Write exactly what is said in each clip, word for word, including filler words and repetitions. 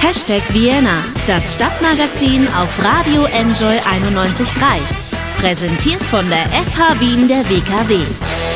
Hashtag Vienna, das Stadtmagazin auf Radio Enjoy einundneunzig Komma drei. Präsentiert von der F H Wien der W K W.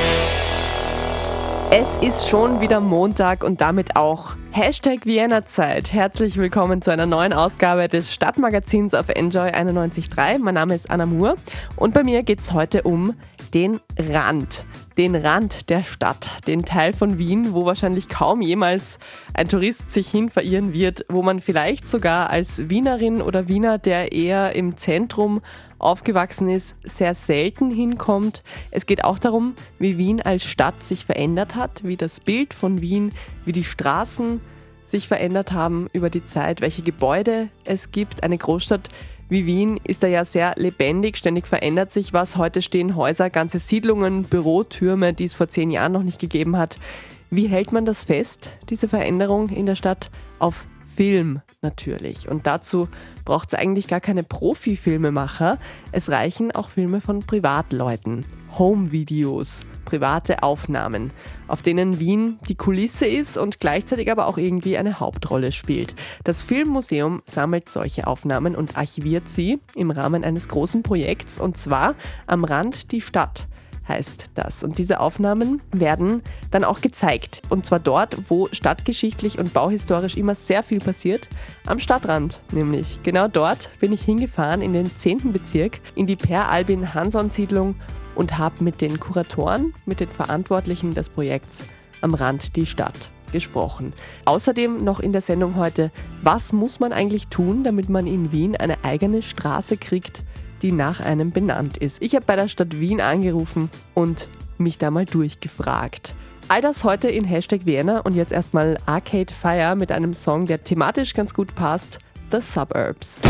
Es ist schon wieder Montag und damit auch Hashtag Vienna-Zeit. Herzlich willkommen zu einer neuen Ausgabe des Stadtmagazins auf Enjoy einundneunzig Komma drei. Mein Name ist Anna Moore und bei mir geht es heute um den Rand. Den Rand der Stadt, den Teil von Wien, wo wahrscheinlich kaum jemals ein Tourist sich hin verirren wird, wo man vielleicht sogar als Wienerin oder Wiener, der eher im Zentrum aufgewachsen ist, sehr selten hinkommt. Es geht auch darum, wie Wien als Stadt sich verändert hat, wie das Bild von Wien, wie die Straßen sich verändert haben über die Zeit, welche Gebäude es gibt. Eine Großstadt wie Wien ist da ja sehr lebendig, ständig verändert sich was. Heute stehen Häuser, ganze Siedlungen, Bürotürme, die es vor zehn Jahren noch nicht gegeben hat. Wie hält man das fest, diese Veränderung in der Stadt? Auf Film natürlich. Und dazu braucht es eigentlich gar keine Profi-Filmemacher. Es reichen auch Filme von Privatleuten. Home-Videos, private Aufnahmen, auf denen Wien die Kulisse ist und gleichzeitig aber auch irgendwie eine Hauptrolle spielt. Das Filmmuseum sammelt solche Aufnahmen und archiviert sie im Rahmen eines großen Projekts, und zwar Am Rand die Stadt heißt das. Und diese Aufnahmen werden dann auch gezeigt. Und zwar dort, wo stadtgeschichtlich und bauhistorisch immer sehr viel passiert, am Stadtrand nämlich. Genau dort bin ich hingefahren in den zehnten Bezirk, in die Per Albin Hansson-Siedlung und habe mit den Kuratoren, mit den Verantwortlichen des Projekts Am Rand die Stadt gesprochen. Außerdem noch in der Sendung heute, was muss man eigentlich tun, damit man in Wien eine eigene Straße kriegt, die nach einem benannt ist. Ich habe bei der Stadt Wien angerufen und mich da mal durchgefragt. All das heute in Hashtag Vienna und jetzt erstmal Arcade Fire mit einem Song, der thematisch ganz gut passt, The Suburbs.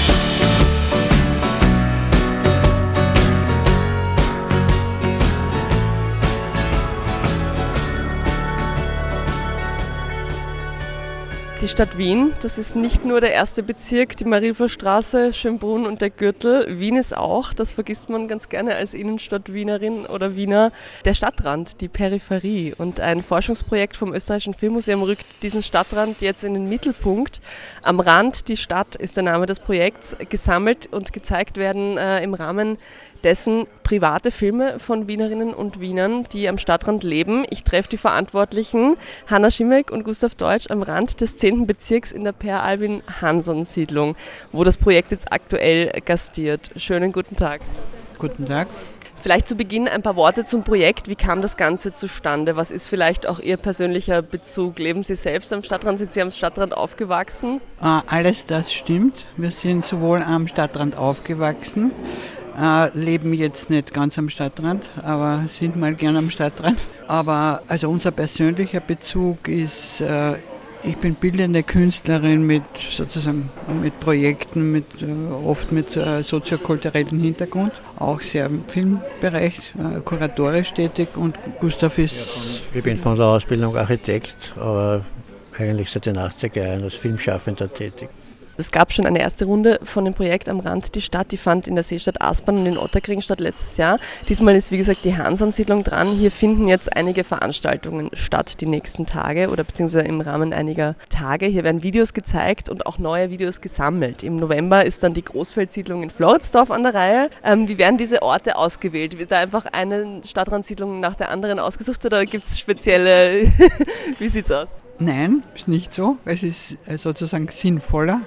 Die Stadt Wien, das ist nicht nur der erste Bezirk, die Marilferstraße, Schönbrunn und der Gürtel. Wien ist auch, das vergisst man ganz gerne als Innenstadt-Wienerin oder Wiener, der Stadtrand, die Peripherie. Und ein Forschungsprojekt vom Österreichischen Filmmuseum rückt diesen Stadtrand jetzt in den Mittelpunkt. Am Rand die Stadt ist der Name des Projekts. Gesammelt und gezeigt werden äh, im Rahmen dessen private Filme von Wienerinnen und Wienern, die am Stadtrand leben. Ich treffe die Verantwortlichen Hanna Schimek und Gustav Deutsch am Rand des zehnten Bezirks in der Per Albin Hansson-Siedlung, wo das Projekt jetzt aktuell gastiert. Schönen guten Tag. Guten Tag. Vielleicht zu Beginn ein paar Worte zum Projekt. Wie kam das Ganze zustande? Was ist vielleicht auch Ihr persönlicher Bezug? Leben Sie selbst am Stadtrand? Sind Sie am Stadtrand aufgewachsen? Äh, alles das stimmt. Wir sind sowohl am Stadtrand aufgewachsen, äh, leben jetzt nicht ganz am Stadtrand, aber sind mal gern am Stadtrand. Aber also unser persönlicher Bezug ist, äh, ich bin bildende Künstlerin mit sozusagen mit Projekten, mit, äh, oft mit äh, soziokulturellem Hintergrund, auch sehr im Filmbereich, äh, kuratorisch tätig, und Gustav ist... Ja, ich bin von der Ausbildung Architekt, aber eigentlich seit den achtziger Jahren als Filmschaffender tätig. Es gab schon eine erste Runde von dem Projekt Am Rand die Stadt, die fand in der Seestadt Aspern und in Otterkring statt letztes Jahr. Diesmal ist wie gesagt die Hansson-Siedlung dran. Hier finden jetzt einige Veranstaltungen statt die nächsten Tage oder beziehungsweise im Rahmen einiger Tage. Hier werden Videos gezeigt und auch neue Videos gesammelt. Im November ist dann die Großfeldsiedlung in Floridsdorf an der Reihe. Ähm, wie werden diese Orte ausgewählt? Wird da einfach eine Stadtrandsiedlung nach der anderen ausgesucht oder gibt es spezielle... Wie sieht's aus? Nein, ist nicht so. Es ist sozusagen sinnvoller.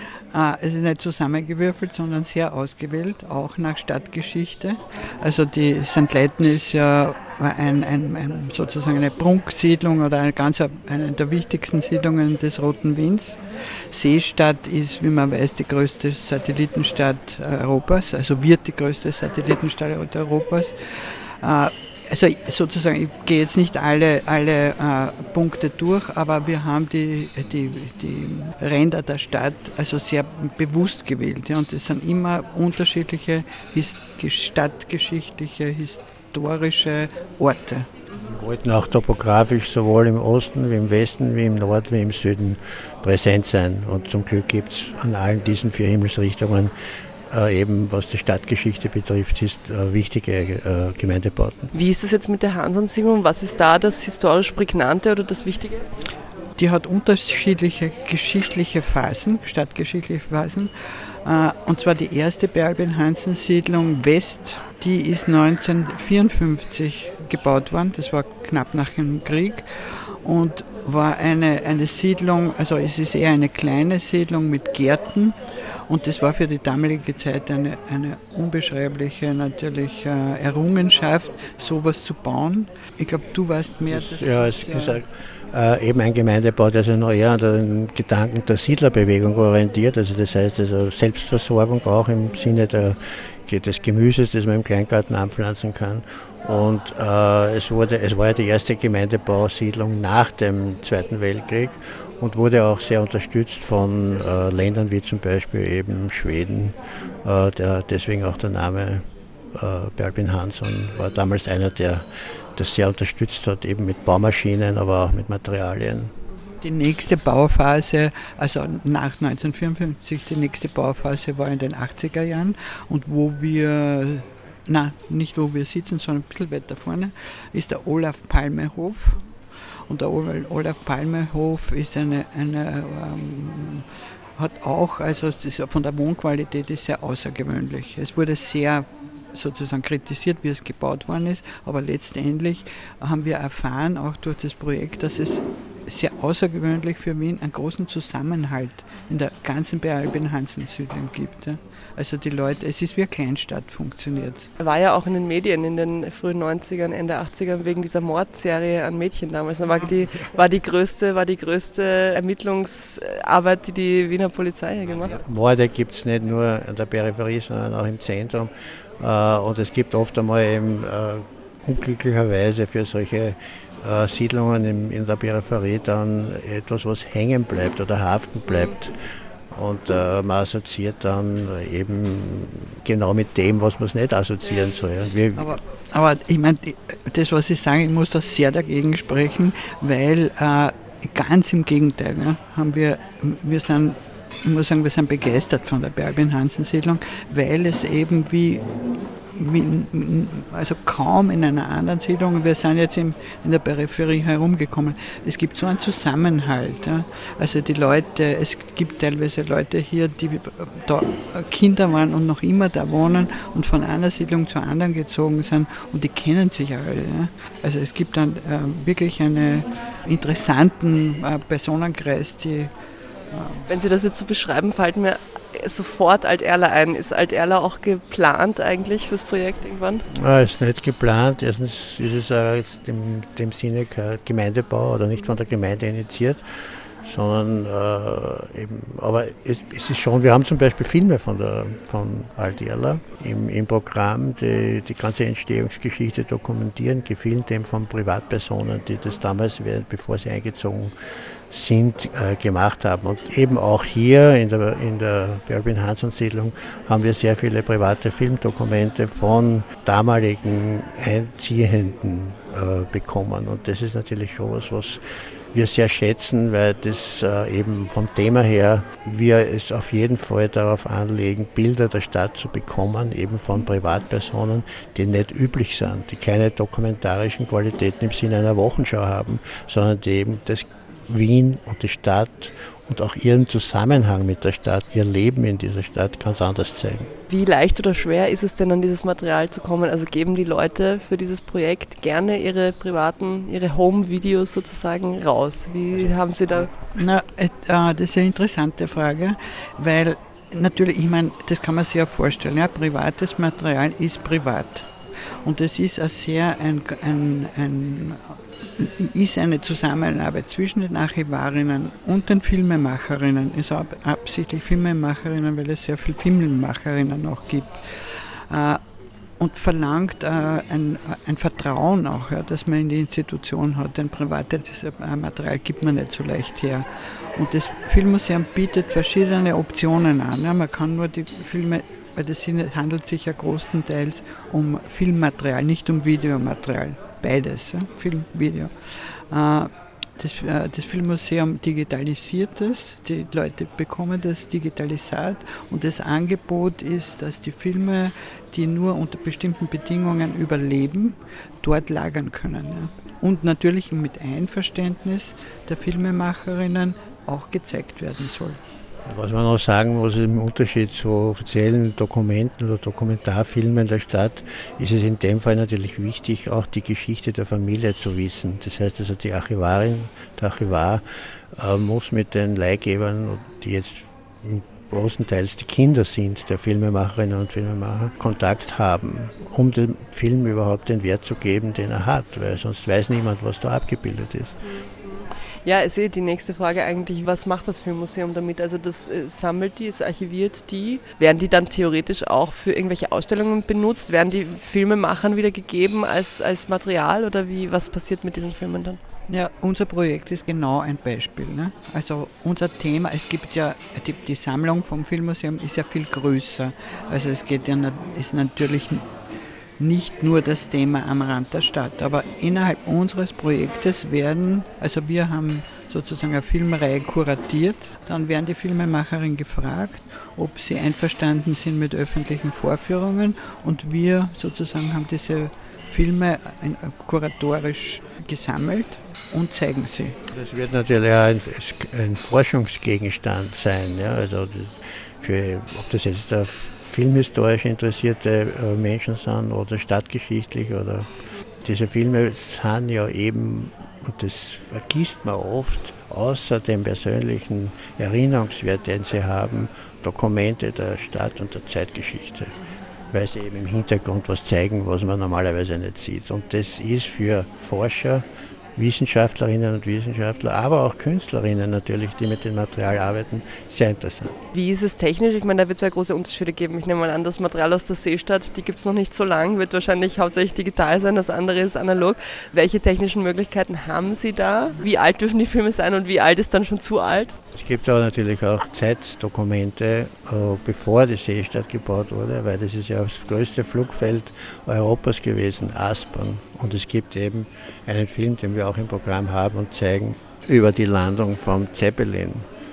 Es ist nicht zusammengewürfelt, sondern sehr ausgewählt, auch nach Stadtgeschichte. Also die Sankt Leiten ist ja ein, ein, ein, sozusagen eine Prunksiedlung oder eine, ganz, eine der wichtigsten Siedlungen des Roten Wiens. Seestadt ist, wie man weiß, die größte Satellitenstadt Europas, also wird die größte Satellitenstadt Europas. Also sozusagen, ich gehe jetzt nicht alle, alle äh, Punkte durch, aber wir haben die, die, die Ränder der Stadt also sehr bewusst gewählt. Ja, und es sind immer unterschiedliche his- stadtgeschichtliche, historische Orte. Wir wollten auch topografisch sowohl im Osten wie im Westen, wie im Norden, wie im Süden präsent sein. Und zum Glück gibt es an allen diesen vier Himmelsrichtungen Äh, eben was die Stadtgeschichte betrifft, ist äh, wichtige äh, Gemeindebauten. Wie ist es jetzt mit der Hansson-Siedlung? Was ist da das historisch Prägnante oder das Wichtige? Die hat unterschiedliche geschichtliche Phasen, stadtgeschichtliche Phasen. Und zwar die erste bei Albin-Hansen-Siedlung West, die ist neunzehnhundertvierundfünfzig gebaut worden, das war knapp nach dem Krieg und war eine, eine Siedlung, also es ist eher eine kleine Siedlung mit Gärten und das war für die damalige Zeit eine, eine unbeschreibliche natürlich äh, Errungenschaft, sowas zu bauen. Ich glaube, du weißt mehr. Das, ja, es ist gesagt, äh, eben ein Gemeindebau, der sich noch eher an den Gedanken der Siedlerbewegung orientiert, also das heißt also Selbstversorgung auch im Sinne der, des Gemüses, das man im Kleingarten anpflanzen kann. Und äh, es, wurde, es war ja die erste Gemeindebausiedlung nach dem Zweiten Weltkrieg und wurde auch sehr unterstützt von äh, Ländern wie zum Beispiel eben Schweden, äh, der, deswegen auch der Name äh, bei Albin Hansson war damals einer, der das sehr unterstützt hat, eben mit Baumaschinen, aber auch mit Materialien. Die nächste Bauphase, also nach neunzehnhundertvierundfünfzig, die nächste Bauphase war in den achtziger Jahren und wo wir, nein, nicht wo wir sitzen, sondern ein bisschen weiter vorne, ist der Olaf-Palme-Hof. Und der Olaf-Palme-Hof ist eine, eine ähm, hat auch, also das von der Wohnqualität ist sehr außergewöhnlich. Es wurde sehr sozusagen kritisiert, wie es gebaut worden ist, aber letztendlich haben wir erfahren, auch durch das Projekt, dass es sehr außergewöhnlich für Wien einen großen Zusammenhalt in der ganzen bei Albin-Hansen-Siedlung gibt. Ja. Also die Leute, es ist wie eine Kleinstadt funktioniert. Er war ja auch in den Medien in den frühen neunzigern, Ende achtzigern wegen dieser Mordserie an Mädchen damals. Da war die, war die größte, war die größte Ermittlungsarbeit, die die Wiener Polizei hier gemacht hat. Morde gibt es nicht nur an der Peripherie, sondern auch im Zentrum. Und es gibt oft einmal eben unglücklicherweise für solche Äh, Siedlungen in, in der Peripherie dann etwas, was hängen bleibt oder haften bleibt. Und äh, man assoziiert dann eben genau mit dem, was man es nicht assoziieren soll. Wir, aber, aber ich meine, das, was ich sage, ich muss da sehr dagegen sprechen, weil äh, ganz im Gegenteil, ja, haben wir, wir sind, ich muss sagen, wir sind begeistert von der Albin-Hansen-Siedlung, weil es eben wie Wie, also kaum in einer anderen Siedlung, wir sind jetzt in, in der Peripherie herumgekommen, es gibt so einen Zusammenhalt. Ja. Also die Leute, es gibt teilweise Leute hier, die da Kinder waren und noch immer da wohnen und von einer Siedlung zur anderen gezogen sind und die kennen sich alle. Ja. Also es gibt dann äh, wirklich einen interessanten äh, Personenkreis, die Wenn Sie das jetzt so beschreiben, fällt mir sofort Alt-Erla ein. Ist Alt-Erla auch geplant eigentlich fürs Projekt irgendwann? Ja, ist nicht geplant. Erstens ist es auch jetzt in dem Sinne kein Gemeindebau oder nicht von der Gemeinde initiiert, sondern äh, eben, aber es, es ist schon, wir haben zum Beispiel Filme von, der, von Alt-Erla im, im Programm, die die ganze Entstehungsgeschichte dokumentieren, gefilmt eben von Privatpersonen, die das damals, bevor sie eingezogen sind, äh, gemacht haben. Und eben auch hier in der, in der Albin-Hansson-Siedlung haben wir sehr viele private Filmdokumente von damaligen Einziehenden äh, bekommen. Und das ist natürlich schon was, was wir sehr schätzen, weil das äh, eben vom Thema her wir es auf jeden Fall darauf anlegen, Bilder der Stadt zu bekommen, eben von Privatpersonen, die nicht üblich sind, die keine dokumentarischen Qualitäten im Sinne einer Wochenschau haben, sondern die eben das Wien und die Stadt und auch ihren Zusammenhang mit der Stadt, ihr Leben in dieser Stadt ganz anders zeigen. Wie leicht oder schwer ist es denn, an dieses Material zu kommen? Also geben die Leute für dieses Projekt gerne ihre privaten, ihre Home-Videos sozusagen raus? Wie haben Sie da... Na, äh, das ist eine interessante Frage, weil natürlich, ich meine, das kann man sich ja vorstellen, ja, privates Material ist privat. Und es ist ein sehr ein, ein, ein ist eine Zusammenarbeit zwischen den Archivarinnen und den Filmemacherinnen, ist auch absichtlich Filmemacherinnen, weil es sehr viele Filmemacherinnen auch gibt, äh, und verlangt äh, ein, ein Vertrauen auch, ja, das man in die Institution hat. Denn privates Material gibt man nicht so leicht her. Und das Filmmuseum bietet verschiedene Optionen an. Ja. Man kann nur die Filme, weil das handelt sich ja größtenteils um Filmmaterial, nicht um Videomaterial. Beides, ja, Film, Video. Das, das Filmmuseum digitalisiert das, die Leute bekommen das digitalisiert und das Angebot ist, dass die Filme, die nur unter bestimmten Bedingungen überleben, dort lagern können. Ja. und natürlich mit Einverständnis der Filmemacherinnen auch gezeigt werden soll. Was man auch sagen muss, im Unterschied zu offiziellen Dokumenten oder Dokumentarfilmen der Stadt, ist es in dem Fall natürlich wichtig, auch die Geschichte der Familie zu wissen. Das heißt also, die Archivarin, der Archivar äh, muss mit den Leihgebern, die jetzt großenteils die Kinder sind, der Filmemacherinnen und Filmemacher, Kontakt haben, um dem Film überhaupt den Wert zu geben, den er hat, weil sonst weiß niemand, was da abgebildet ist. Ja, ich sehe die nächste Frage eigentlich, was macht das Filmmuseum damit? Also das äh, sammelt die, es archiviert die. Werden die dann theoretisch auch für irgendwelche Ausstellungen benutzt? Werden die Filmemachern wieder gegeben als, als Material oder wie, was passiert mit diesen Filmen dann? Ja, unser Projekt ist genau ein Beispiel. Ne? Also unser Thema, es gibt ja, die, die Sammlung vom Filmmuseum ist ja viel größer. Also es geht ja, ist natürlich nicht nur das Thema am Rand der Stadt, aber innerhalb unseres Projektes werden, also wir haben sozusagen eine Filmreihe kuratiert, dann werden die Filmemacherinnen gefragt, ob sie einverstanden sind mit öffentlichen Vorführungen und wir sozusagen haben diese Filme kuratorisch gesammelt und zeigen sie. Das wird natürlich auch ein, ein Forschungsgegenstand sein, ja, also für, ob das jetzt der filmhistorisch interessierte Menschen sind oder stadtgeschichtlich oder diese Filme sind ja eben, und das vergisst man oft, außer dem persönlichen Erinnerungswert, den sie haben, Dokumente der Stadt und der Zeitgeschichte, weil sie eben im Hintergrund was zeigen, was man normalerweise nicht sieht. Und das ist für Forscher, Wissenschaftlerinnen und Wissenschaftler, aber auch Künstlerinnen natürlich, die mit dem Material arbeiten, sehr interessant. Wie ist es technisch? Ich meine, da wird es ja große Unterschiede geben. Ich nehme mal an, das Material aus der Seestadt, die gibt es noch nicht so lang, wird wahrscheinlich hauptsächlich digital sein, das andere ist analog. Welche technischen Möglichkeiten haben Sie da? Wie alt dürfen die Filme sein und wie alt ist dann schon zu alt? Es gibt aber natürlich auch Zeitdokumente, bevor die Seestadt gebaut wurde, weil das ist ja das größte Flugfeld Europas gewesen, Aspern. Und es gibt eben einen Film, den wir auch im Programm haben und zeigen, über die Landung vom Zeppelin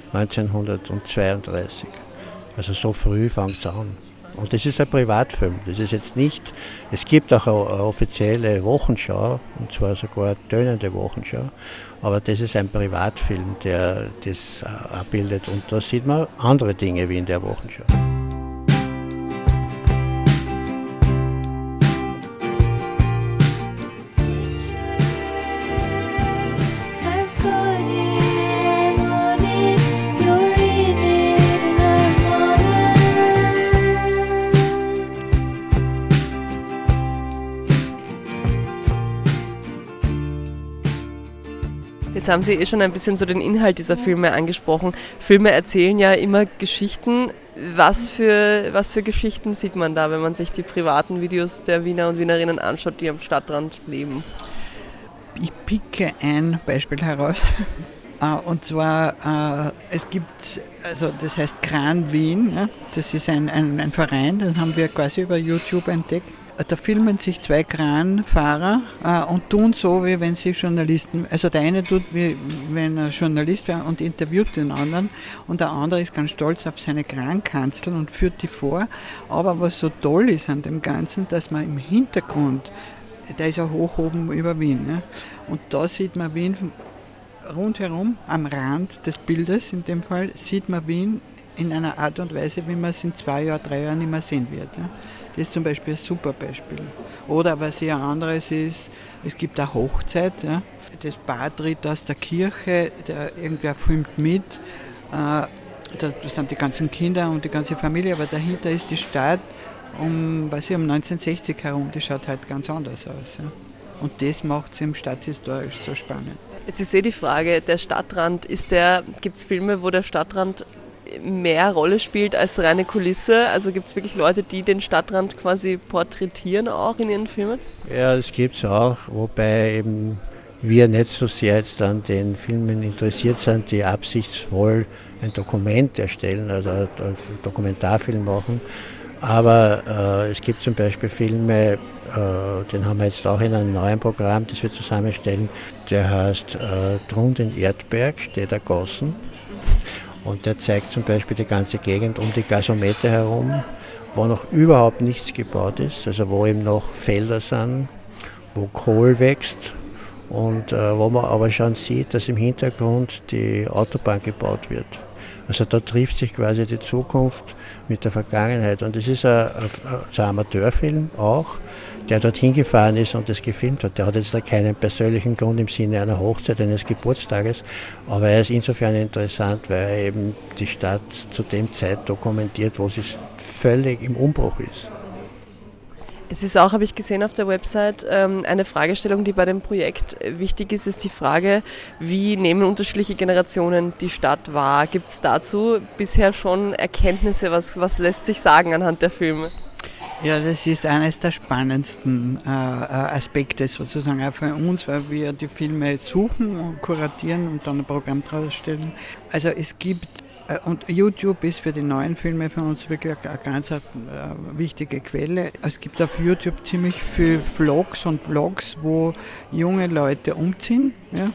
neunzehnhundertzweiunddreißig. Also so früh fängt es an. Und das ist ein Privatfilm. Das ist jetzt nicht, es gibt auch eine offizielle Wochenschau, und zwar sogar eine tönende Wochenschau, aber das ist ein Privatfilm, der das abbildet. Und da sieht man andere Dinge wie in der Wochenschau. Jetzt haben Sie eh schon ein bisschen so den Inhalt dieser Filme angesprochen. Filme erzählen ja immer Geschichten. Was für, was für Geschichten sieht man da, wenn man sich die privaten Videos der Wiener und Wienerinnen anschaut, die am Stadtrand leben? Ich picke ein Beispiel heraus. Und zwar, es gibt, also das heißt Kran Wien, das ist ein, ein, ein Verein, den haben wir quasi über YouTube entdeckt. Da filmen sich zwei Kranfahrer äh, und tun so, wie wenn sie Journalisten, also der eine tut, wie wenn er Journalist wäre und interviewt den anderen und der andere ist ganz stolz auf seine Krankanzel und führt die vor. Aber was so toll ist an dem Ganzen, dass man im Hintergrund, der ist ja hoch oben über Wien, ja, und da sieht man Wien rundherum, am Rand des Bildes in dem Fall, sieht man Wien in einer Art und Weise, wie man es in zwei Jahren, drei Jahren nicht mehr sehen wird. Ja. Das ist zum Beispiel ein super Beispiel. Oder was hier anderes ist, es gibt eine Hochzeit, ja. Das Paar tritt aus der Kirche, der, irgendwer filmt mit, äh, das sind die ganzen Kinder und die ganze Familie, aber dahinter ist die Stadt um, weiß ich, um neunzehnhundertsechzig herum, die schaut halt ganz anders aus. Ja. Und das macht es im Stadthistorisch so spannend. Jetzt ist eh die Frage, der Stadtrand, ist der, gibt es Filme, wo der Stadtrand mehr Rolle spielt als reine Kulisse? Also gibt es wirklich Leute, die den Stadtrand quasi porträtieren auch in ihren Filmen? Ja, das gibt es auch, wobei eben wir nicht so sehr jetzt an den Filmen interessiert sind, die absichtsvoll ein Dokument erstellen, also einen Dokumentarfilm machen. Aber äh, es gibt zum Beispiel Filme, äh, den haben wir jetzt auch in einem neuen Programm, das wir zusammenstellen, der heißt äh, Drund in Erdberg, steht ergossen. Und der zeigt zum Beispiel die ganze Gegend um die Gasomette herum, wo noch überhaupt nichts gebaut ist, also wo eben noch Felder sind, wo Kohl wächst und äh, wo man aber schon sieht, dass im Hintergrund die Autobahn gebaut wird. Also da trifft sich quasi die Zukunft mit der Vergangenheit. Und es ist ein, ein, ein Amateurfilm auch, der dorthin gefahren ist und das gefilmt hat. Der hat jetzt da keinen persönlichen Grund im Sinne einer Hochzeit, eines Geburtstages, aber er ist insofern interessant, weil er eben die Stadt zu dem Zeit dokumentiert, wo sie völlig im Umbruch ist. Es ist auch, habe ich gesehen auf der Website, eine Fragestellung, die bei dem Projekt wichtig ist, ist die Frage, wie nehmen unterschiedliche Generationen die Stadt wahr? Gibt es dazu bisher schon Erkenntnisse? Was, was lässt sich sagen anhand der Filme? Ja, das ist eines der spannendsten äh, Aspekte sozusagen auch für uns, weil wir die Filme suchen und kuratieren und dann ein Programm draus stellen. Also es gibt Und YouTube ist für die neuen Filme für uns wirklich eine ganz äh, wichtige Quelle. Es gibt auf YouTube ziemlich viele Vlogs und Vlogs, wo junge Leute umziehen, ja,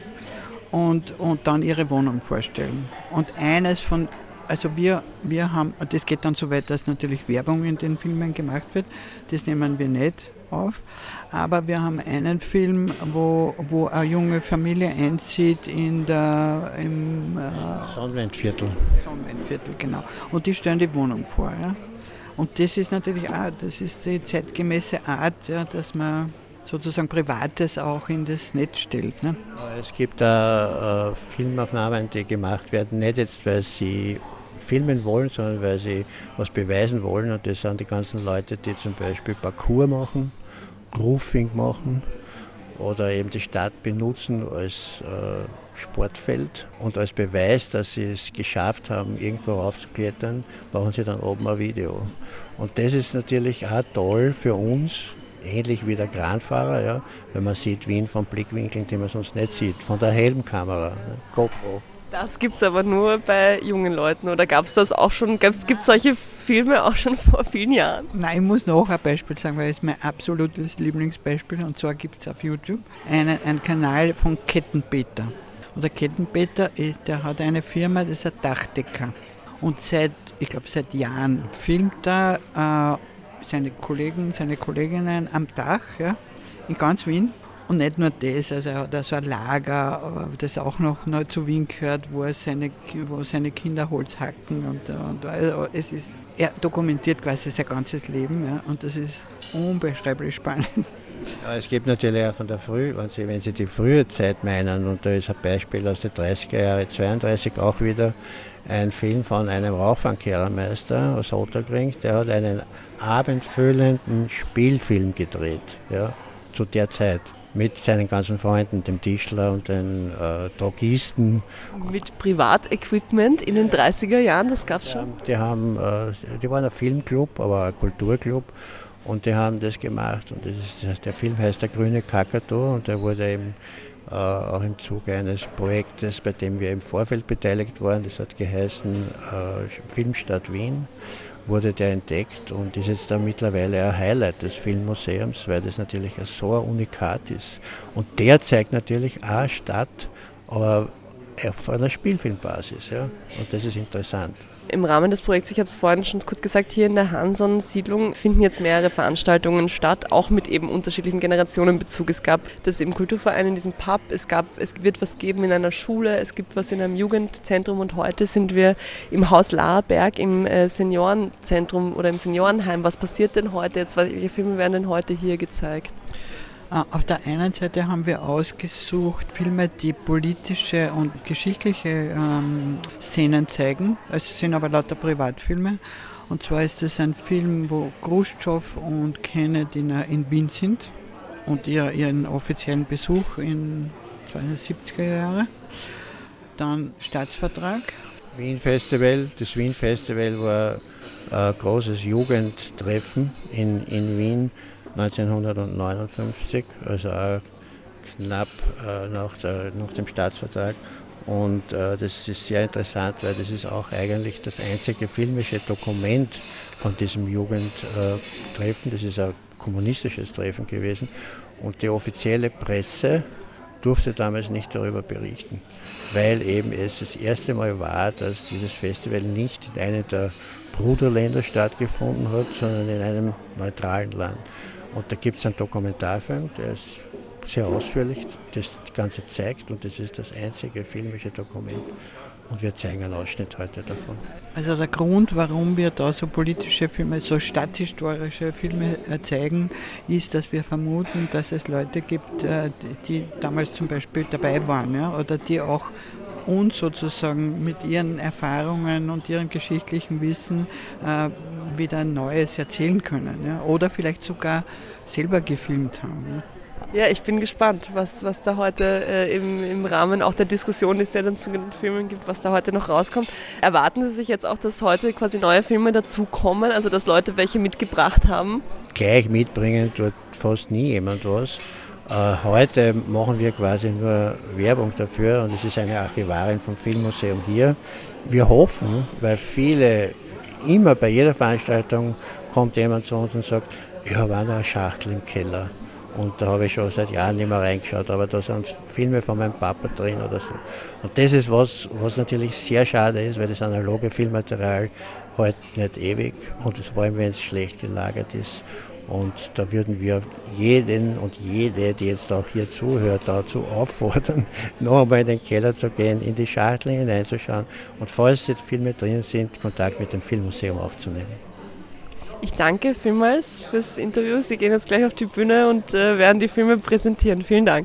und, und dann ihre Wohnung vorstellen. Und eines von, also wir, wir haben, das geht dann so weit, dass natürlich Werbung in den Filmen gemacht wird, das nehmen wir nicht auf. Aber wir haben einen Film, wo, wo eine junge Familie einzieht in der, im äh, Sonnenwendviertel. Sonnenwendviertel, genau. Und die stellen die Wohnung vor. Ja? Und das ist natürlich auch, das ist die zeitgemäße Art, ja, dass man sozusagen Privates auch in das Netz stellt. Ne? Es gibt da äh, Filmaufnahmen, die gemacht werden, nicht jetzt, weil sie filmen wollen, sondern weil sie was beweisen wollen. Und das sind die ganzen Leute, die zum Beispiel Parkour machen, Roofing machen oder eben die Stadt benutzen als äh, Sportfeld. Und als Beweis, dass sie es geschafft haben, irgendwo raufzuklettern, machen sie dann oben ein Video. Und das ist natürlich auch toll für uns, ähnlich wie der Kranfahrer, ja, wenn man sieht Wien von Blickwinkeln, die man sonst nicht sieht, von der Helmkamera, ne, GoPro. Das gibt es aber nur bei jungen Leuten, oder gab es das auch schon, gibt es solche Filme auch schon vor vielen Jahren? Nein, ich muss noch ein Beispiel sagen, weil es ist mein absolutes Lieblingsbeispiel, und zwar gibt es auf YouTube einen, einen Kanal von Kettenpeter. Und der Kettenpeter, der hat eine Firma, das ist ein Dachdecker. Und seit, ich glaube seit Jahren filmt er äh, seine Kollegen, seine Kolleginnen am Dach, ja, in ganz Wien. Und nicht nur das, also er hat auch so ein Lager, das auch noch neu zu Wien gehört, wo, er seine, wo seine Kinder Holz hacken. Und, und also es ist, er dokumentiert quasi sein ganzes Leben, ja, und das ist unbeschreiblich spannend. Ja, es gibt natürlich auch von der Früh, wenn Sie, wenn Sie die frühe Zeit meinen, und da ist ein Beispiel aus den dreißiger Jahren, zweiunddreißig auch wieder, ein Film von einem Rauchfangkehrermeister aus Otterkring, der hat einen abendfüllenden Spielfilm gedreht, ja, zu der Zeit. Mit seinen ganzen Freunden, dem Tischler und den äh, Drogisten. Mit Privatequipment in den dreißiger Jahren, das gab es schon? Ja, die, haben, äh, die waren ein Filmclub, aber ein Kulturclub, und die haben das gemacht. Und das ist, der Film heißt Der grüne Kakadu, und der wurde eben äh, auch im Zuge eines Projektes, bei dem wir im Vorfeld beteiligt waren, das hat geheißen äh, Filmstadt Wien, wurde der entdeckt und ist jetzt dann mittlerweile ein Highlight des Filmmuseums, weil das natürlich so ein Unikat ist. Und der zeigt natürlich eine Stadt, aber auf einer Spielfilmbasis. Ja? Und das ist interessant. Im Rahmen des Projekts, ich habe es vorhin schon kurz gesagt, hier in der Hanson-Siedlung finden jetzt mehrere Veranstaltungen statt, auch mit eben unterschiedlichen Generationenbezug. Es gab das im Kulturverein, in diesem Pub, es, gab, es wird was geben in einer Schule, es gibt was in einem Jugendzentrum, und heute sind wir im Haus Laerberg im äh, Seniorenzentrum oder im Seniorenheim. Was passiert denn heute jetzt? Welche Filme werden denn heute hier gezeigt? Auf der einen Seite haben wir ausgesucht Filme, die politische und geschichtliche ähm, Szenen zeigen. Also es sind aber lauter Privatfilme. Und zwar ist es ein Film, wo Khrushchev und Kennedy in Wien sind und ihr, ihren offiziellen Besuch in den siebziger Jahren. Dann Staatsvertrag. Wien Festival, das Wien Festival war ein großes Jugendtreffen in, in Wien neunzehnhundertneunundfünfzig, also auch knapp äh, nach, der, nach dem Staatsvertrag. Und äh, das ist sehr interessant, weil das ist auch eigentlich das einzige filmische Dokument von diesem Jugendtreffen. Das ist ein kommunistisches Treffen gewesen. Und die offizielle Presse durfte damals nicht darüber berichten, weil eben es das erste Mal war, dass dieses Festival nicht in einem der Bruderländer stattgefunden hat, sondern in einem neutralen Land. Und da gibt es einen Dokumentarfilm, der ist sehr ausführlich das Ganze zeigt und das ist das einzige filmische Dokument. Und wir zeigen einen Ausschnitt heute davon. Also der Grund, warum wir da so politische Filme, so stadthistorische Filme zeigen, ist, dass wir vermuten, dass es Leute gibt, die damals zum Beispiel dabei waren, ja, oder die auch uns sozusagen mit ihren Erfahrungen und ihrem geschichtlichen Wissen äh, wieder ein Neues erzählen können, ja, oder vielleicht sogar selber gefilmt haben. Ja. Ja, ich bin gespannt, was, was da heute äh, im, im Rahmen auch der Diskussion, die es ja dann zu den Filmen gibt, was da heute noch rauskommt. Erwarten Sie sich jetzt auch, dass heute quasi neue Filme dazukommen, also dass Leute welche mitgebracht haben? Gleich mitbringen tut fast nie jemand was. Äh, heute machen wir quasi nur Werbung dafür und es ist eine Archivarin vom Filmmuseum hier. Wir hoffen, weil viele, immer bei jeder Veranstaltung kommt jemand zu uns und sagt, ich habe auch noch eine Schachtel im Keller. Und da habe ich schon seit Jahren nicht mehr reingeschaut, aber da sind Filme von meinem Papa drin oder so. Und das ist was, was natürlich sehr schade ist, weil das analoge Filmmaterial halt nicht ewig und vor allem, wenn es schlecht gelagert ist. Und da würden wir jeden und jede, die jetzt auch hier zuhört, dazu auffordern, noch einmal in den Keller zu gehen, in die Schachtel hineinzuschauen und falls jetzt Filme drin sind, Kontakt mit dem Filmmuseum aufzunehmen. Ich danke vielmals fürs Interview. Sie gehen jetzt gleich auf die Bühne und äh, werden die Filme präsentieren. Vielen Dank.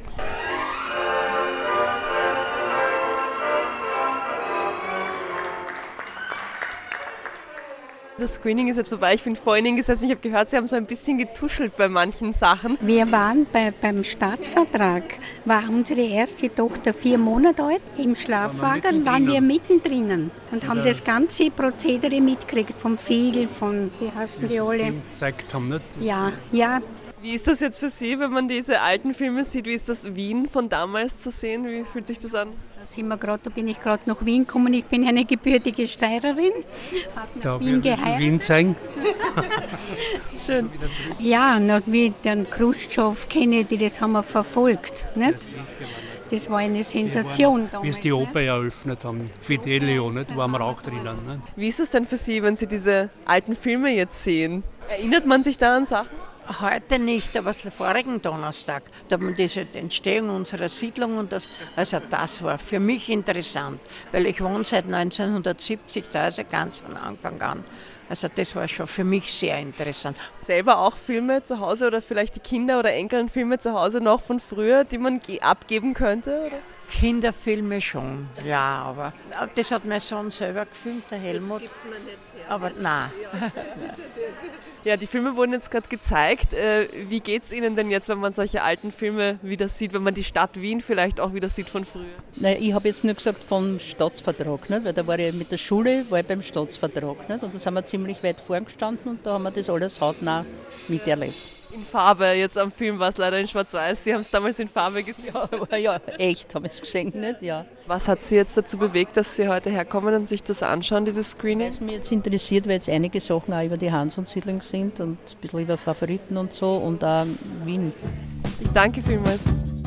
Das Screening ist jetzt vorbei. Ich bin vor Ihnen gesessen. Ich habe gehört, Sie haben so ein bisschen getuschelt bei manchen Sachen. Wir waren bei, beim Staatsvertrag. War unsere erste Tochter vier Monate alt. Im Schlafwagen waren wir mittendrin und haben das ganze Prozedere mitgekriegt. Vom Fiegel, von, wie heißen die alle? Gezeigt haben, nicht? Ja, ja. Wie ist das jetzt für Sie, wenn man diese alten Filme sieht? Wie ist das Wien von damals zu sehen? Wie fühlt sich das an? Da, sind wir grad, da bin ich gerade nach Wien gekommen. Ich bin eine gebürtige Steirerin. Habe nach Da Wien wir geheiratet. Wien zeigen. Schön. Ja, und wie den Khrushchev, Kennedy, das haben wir verfolgt. Nicht? Das war eine Sensation damals. Bis die Oper eröffnet haben. Fidelio, nicht? Waren wir auch drinnen. Nicht? Wie ist es denn für Sie, wenn Sie diese alten Filme jetzt sehen? Erinnert man sich da an Sachen? Heute nicht, aber am vorigen Donnerstag, da haben wir diese Entstehung unserer Siedlung und das, also das war für mich interessant, weil ich wohne seit neunzehnhundertsiebzig, da also ganz von Anfang an. Also das war schon für mich sehr interessant. Selber auch Filme zu Hause oder vielleicht die Kinder oder Enkeln Filme zu Hause noch von früher, die man ge- abgeben könnte? Oder? Kinderfilme schon, ja, aber das hat mein Sohn selber gefilmt, der Helmut. Das gibt man nicht her. Aber nein. Ja, die Filme wurden jetzt gerade gezeigt. Äh, wie geht es Ihnen denn jetzt, wenn man solche alten Filme wieder sieht, wenn man die Stadt Wien vielleicht auch wieder sieht von früher? Nein, ich habe jetzt nur gesagt vom Staatsvertrag, nicht? Weil da war ich mit der Schule war ich beim Staatsvertrag. Nicht? Und da sind wir ziemlich weit vorgestanden und da haben wir das alles hautnah miterlebt. In Farbe, jetzt am Film war es leider in Schwarz-Weiß. Sie haben es damals in Farbe gesehen. Ja, aber ja, echt habe ich es gesehen, nicht? Ja. Was hat Sie jetzt dazu bewegt, dass Sie heute herkommen und sich das anschauen, dieses Screening? Was mich jetzt interessiert, weil jetzt einige Sachen auch über die Hans-und-Siedlung sind und ein bisschen über Favoriten und so und auch Wien. Ich danke vielmals.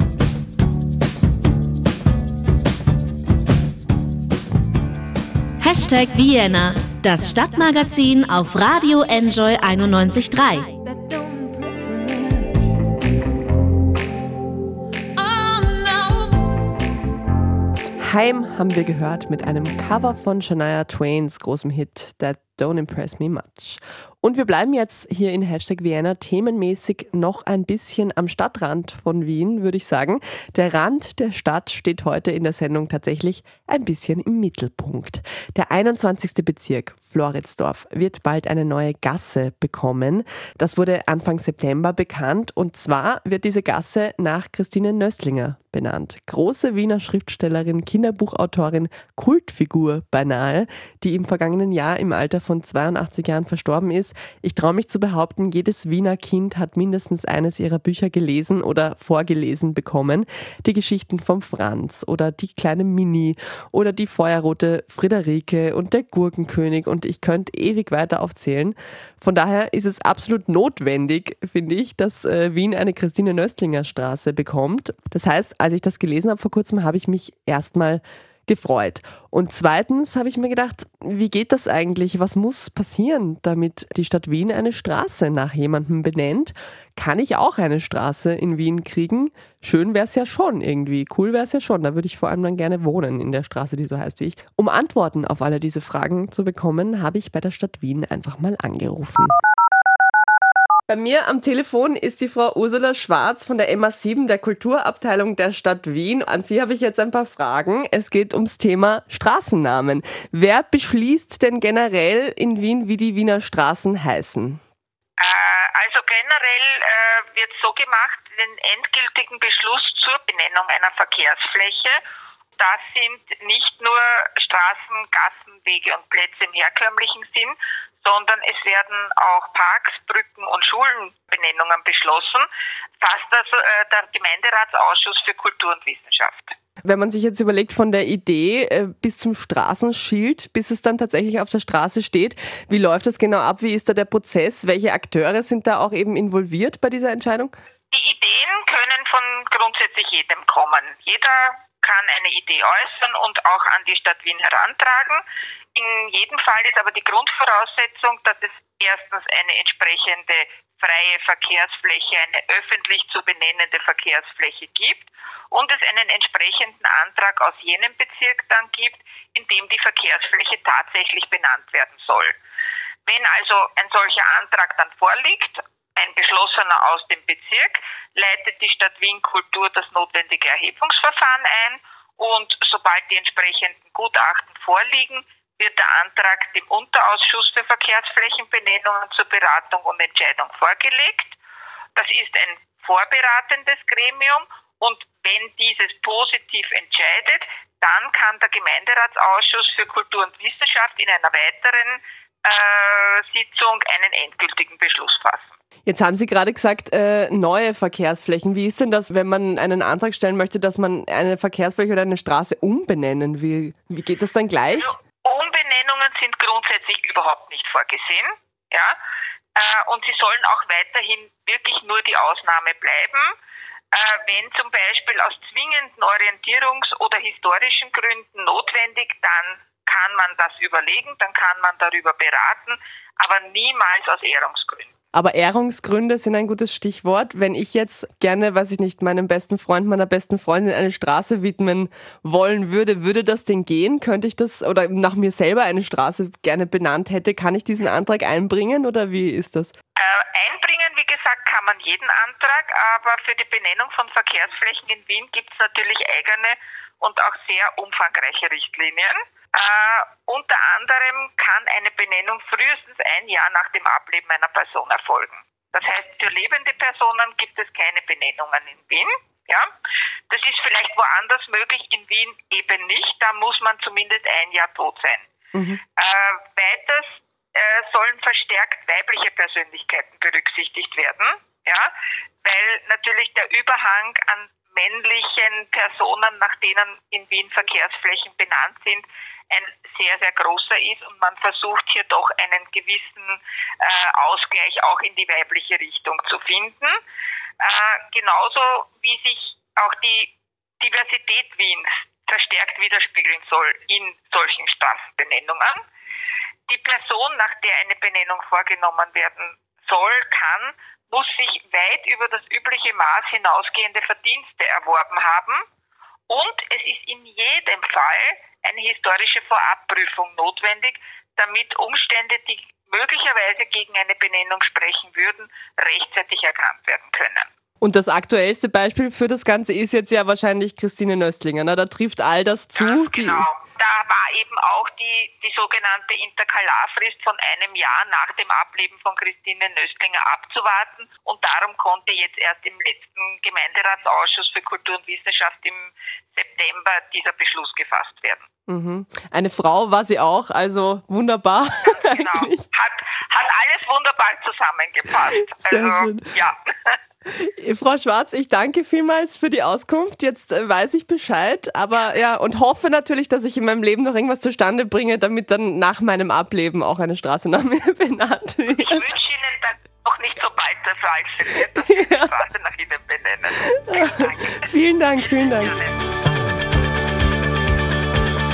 Hashtag Vienna, das Stadtmagazin auf Radio Enjoy einundneunzig Komma drei. Heim haben wir gehört mit einem Cover von Shania Twains großem Hit That Don't Impress Me Much. Und wir bleiben jetzt hier in Hashtag Vienna themenmäßig noch ein bisschen am Stadtrand von Wien, würde ich sagen. Der Rand der Stadt steht heute in der Sendung tatsächlich ein bisschen im Mittelpunkt. Der einundzwanzigste Bezirk, Floridsdorf, wird bald eine neue Gasse bekommen. Das wurde Anfang September bekannt und zwar wird diese Gasse nach Christine Nöstlinger benannt. Große Wiener Schriftstellerin, Kinderbuchautorin, Kultfigur beinahe, die im vergangenen Jahr im Alter von zweiundachtzig Jahren verstorben ist. Ich traue mich zu behaupten, jedes Wiener Kind hat mindestens eines ihrer Bücher gelesen oder vorgelesen bekommen. Die Geschichten vom Franz oder die kleine Mini oder die feuerrote Friederike und der Gurkenkönig und ich könnte ewig weiter aufzählen. Von daher ist es absolut notwendig, finde ich, dass äh, Wien eine Christine Nöstlinger Straße bekommt. Das heißt, als ich das gelesen habe vor kurzem, habe ich mich erstmal gefreut. Und zweitens habe ich mir gedacht, wie geht das eigentlich? Was muss passieren, damit die Stadt Wien eine Straße nach jemandem benennt? Kann ich auch eine Straße in Wien kriegen? Schön wäre es ja schon irgendwie. Cool wäre es ja schon. Da würde ich vor allem dann gerne wohnen in der Straße, die so heißt wie ich. Um Antworten auf alle diese Fragen zu bekommen, habe ich bei der Stadt Wien einfach mal angerufen. Bei mir am Telefon ist die Frau Ursula Schwarz von der M A sieben, der Kulturabteilung der Stadt Wien. An Sie habe ich jetzt ein paar Fragen. Es geht ums Thema Straßennamen. Wer beschließt denn generell in Wien, wie die Wiener Straßen heißen? Also generell äh, wird so gemacht, den endgültigen Beschluss zur Benennung einer Verkehrsfläche. Das sind nicht nur Straßen, Gassen, Wege und Plätze im herkömmlichen Sinn, sondern es werden auch Parks, Brücken und Schulenbenennungen beschlossen, fasst also äh, der Gemeinderatsausschuss für Kultur und Wissenschaft. Wenn man sich jetzt überlegt, von der Idee äh, bis zum Straßenschild, bis es dann tatsächlich auf der Straße steht, wie läuft das genau ab? Wie ist da der Prozess? Welche Akteure sind da auch eben involviert bei dieser Entscheidung? Die Ideen können von grundsätzlich jedem kommen. Jeder kann eine Idee äußern und auch an die Stadt Wien herantragen. In jedem Fall ist aber die Grundvoraussetzung, dass es erstens eine entsprechende freie Verkehrsfläche, eine öffentlich zu benennende Verkehrsfläche gibt und es einen entsprechenden Antrag aus jenem Bezirk dann gibt, in dem die Verkehrsfläche tatsächlich benannt werden soll. Wenn also ein solcher Antrag dann vorliegt, ein beschlossener aus dem Bezirk, leitet die Stadt Wien Kultur das notwendige Erhebungsverfahren ein und sobald die entsprechenden Gutachten vorliegen, wird der Antrag dem Unterausschuss für Verkehrsflächenbenennungen zur Beratung und Entscheidung vorgelegt. Das ist ein vorberatendes Gremium und wenn dieses positiv entscheidet, dann kann der Gemeinderatsausschuss für Kultur und Wissenschaft in einer weiteren äh, Sitzung einen endgültigen Beschluss fassen. Jetzt haben Sie gerade gesagt, äh, neue Verkehrsflächen. Wie ist denn das, wenn man einen Antrag stellen möchte, dass man eine Verkehrsfläche oder eine Straße umbenennen will? Wie geht das dann gleich? Also, Umbenennungen sind grundsätzlich überhaupt nicht vorgesehen. Ja? Äh, und sie sollen auch weiterhin wirklich nur die Ausnahme bleiben. Äh, wenn zum Beispiel aus zwingenden Orientierungs- oder historischen Gründen notwendig, dann kann man das überlegen, dann kann man darüber beraten, aber niemals aus Ehrungsgründen. Aber Ehrungsgründe sind ein gutes Stichwort. Wenn ich jetzt gerne, weiß ich nicht, meinem besten Freund, meiner besten Freundin eine Straße widmen wollen würde, würde das denn gehen? Könnte ich das, oder nach mir selber eine Straße gerne benannt hätte, kann ich diesen Antrag einbringen oder wie ist das? Äh, einbringen, wie gesagt, kann man jeden Antrag, aber für die Benennung von Verkehrsflächen in Wien gibt es natürlich eigene und auch sehr umfangreiche Richtlinien. Äh, unter anderem kann eine Benennung frühestens ein Jahr nach dem Ableben einer Person erfolgen. Das heißt, für lebende Personen gibt es keine Benennungen in Wien. Ja? Das ist vielleicht woanders möglich, in Wien eben nicht. Da muss man zumindest ein Jahr tot sein. Mhm. Äh, weiters äh, sollen verstärkt weibliche Persönlichkeiten berücksichtigt werden, ja? Weil natürlich der Überhang an männlichen Personen, nach denen in Wien Verkehrsflächen benannt sind, ein sehr, sehr großer ist und man versucht hier doch einen gewissen äh, Ausgleich auch in die weibliche Richtung zu finden. Äh, genauso wie sich auch die Diversität Wiens verstärkt widerspiegeln soll in solchen Straßenbenennungen. Die Person, nach der eine Benennung vorgenommen werden soll, kann, muss sich weit über das übliche Maß hinausgehende Verdienste erworben haben und es ist in jedem Fall eine historische Vorabprüfung notwendig, damit Umstände, die möglicherweise gegen eine Benennung sprechen würden, rechtzeitig erkannt werden können. Und das aktuellste Beispiel für das Ganze ist jetzt ja wahrscheinlich Christine Nöstlinger. Ne? Da trifft all das zu. Ganz genau. Da war eben auch die, die sogenannte Interkalarfrist von einem Jahr nach dem Ableben von Christine Nöstlinger abzuwarten. Und darum konnte jetzt erst im letzten Gemeinderatsausschuss für Kultur und Wissenschaft im September dieser Beschluss gefasst werden. Mhm. Eine Frau war sie auch, also wunderbar. Ganz genau. Hat, hat alles wunderbar zusammengepasst. Sehr also, schön. Ja. Frau Schwarz, ich danke vielmals für die Auskunft. Jetzt äh, weiß ich Bescheid, aber ja, und hoffe natürlich, dass ich in meinem Leben noch irgendwas zustande bringe, damit dann nach meinem Ableben auch eine Straße nach mir benannt wird. Ich wünsche Ihnen dann noch nicht so bald der Fall wird, dass Sie die Straße nach Ihnen benennen. Vielen Dank. Vielen Dank, vielen Dank.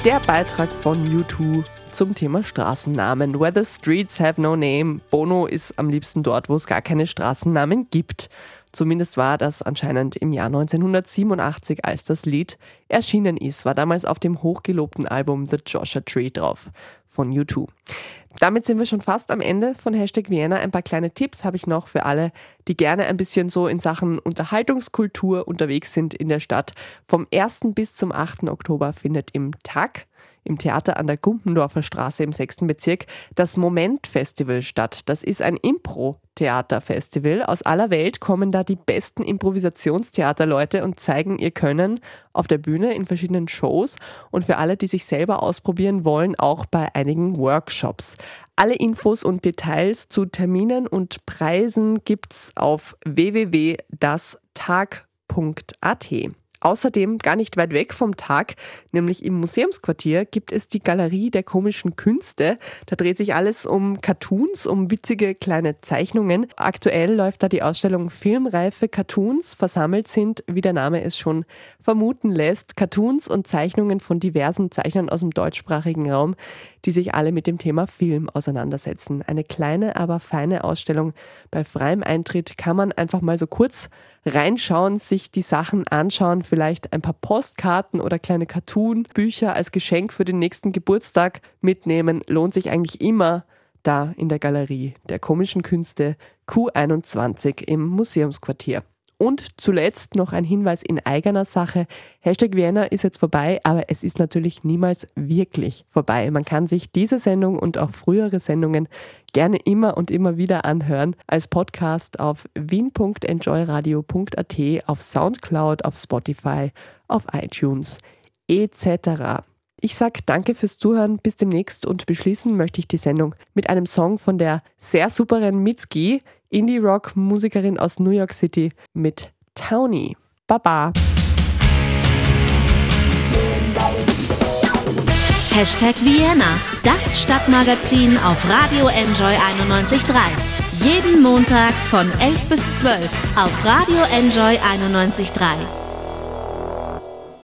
Der Beitrag von U zwei zum Thema Straßennamen. Where the streets have no name. Bono ist am liebsten dort, wo es gar keine Straßennamen gibt. Zumindest war das anscheinend im Jahr neunzehnhundertsiebenundachtzig, als das Lied erschienen ist. War damals auf dem hochgelobten Album The Joshua Tree drauf von U zwei. Damit sind wir schon fast am Ende von Hashtag Vienna. Ein paar kleine Tipps habe ich noch für alle, die gerne ein bisschen so in Sachen Unterhaltungskultur unterwegs sind in der Stadt. Vom ersten bis zum achten Oktober findet im T A G, im Theater an der Gumpendorfer Straße im sechsten Bezirk, das Moment-Festival statt. Das ist ein Impro-Theater-Festival. Aus aller Welt kommen da die besten Improvisationstheaterleute und zeigen ihr Können auf der Bühne in verschiedenen Shows und für alle, die sich selber ausprobieren wollen, auch bei einigen Workshops. Alle Infos und Details zu Terminen und Preisen gibt's auf w w w punkt das tag punkt a t. Außerdem, gar nicht weit weg vom Tag, nämlich im Museumsquartier, gibt es die Galerie der komischen Künste. Da dreht sich alles um Cartoons, um witzige kleine Zeichnungen. Aktuell läuft da die Ausstellung Filmreife Cartoons. Versammelt sind, wie der Name es schon vermuten lässt, Cartoons und Zeichnungen von diversen Zeichnern aus dem deutschsprachigen Raum, die sich alle mit dem Thema Film auseinandersetzen. Eine kleine, aber feine Ausstellung. Bei freiem Eintritt kann man einfach mal so kurz reinschauen, sich die Sachen anschauen, vielleicht ein paar Postkarten oder kleine Cartoon-Bücher als Geschenk für den nächsten Geburtstag mitnehmen. Lohnt sich eigentlich immer da in der Galerie der komischen Künste Q einundzwanzig im Museumsquartier. Und zuletzt noch ein Hinweis in eigener Sache. Hashtag Vienna ist jetzt vorbei, aber es ist natürlich niemals wirklich vorbei. Man kann sich diese Sendung und auch frühere Sendungen gerne immer und immer wieder anhören. Als Podcast auf wien punkt enjoyradio punkt a t, auf Soundcloud, auf Spotify, auf iTunes et cetera. Ich sage danke fürs Zuhören, bis demnächst und beschließen möchte ich die Sendung mit einem Song von der sehr superen Mitski, Indie-Rock-Musikerin aus New York City mit Townie. Baba! Hashtag Vienna, das Stadtmagazin auf Radio Enjoy einundneunzig Komma drei. Jeden Montag von elf bis zwölf auf Radio Enjoy einundneunzig Komma drei.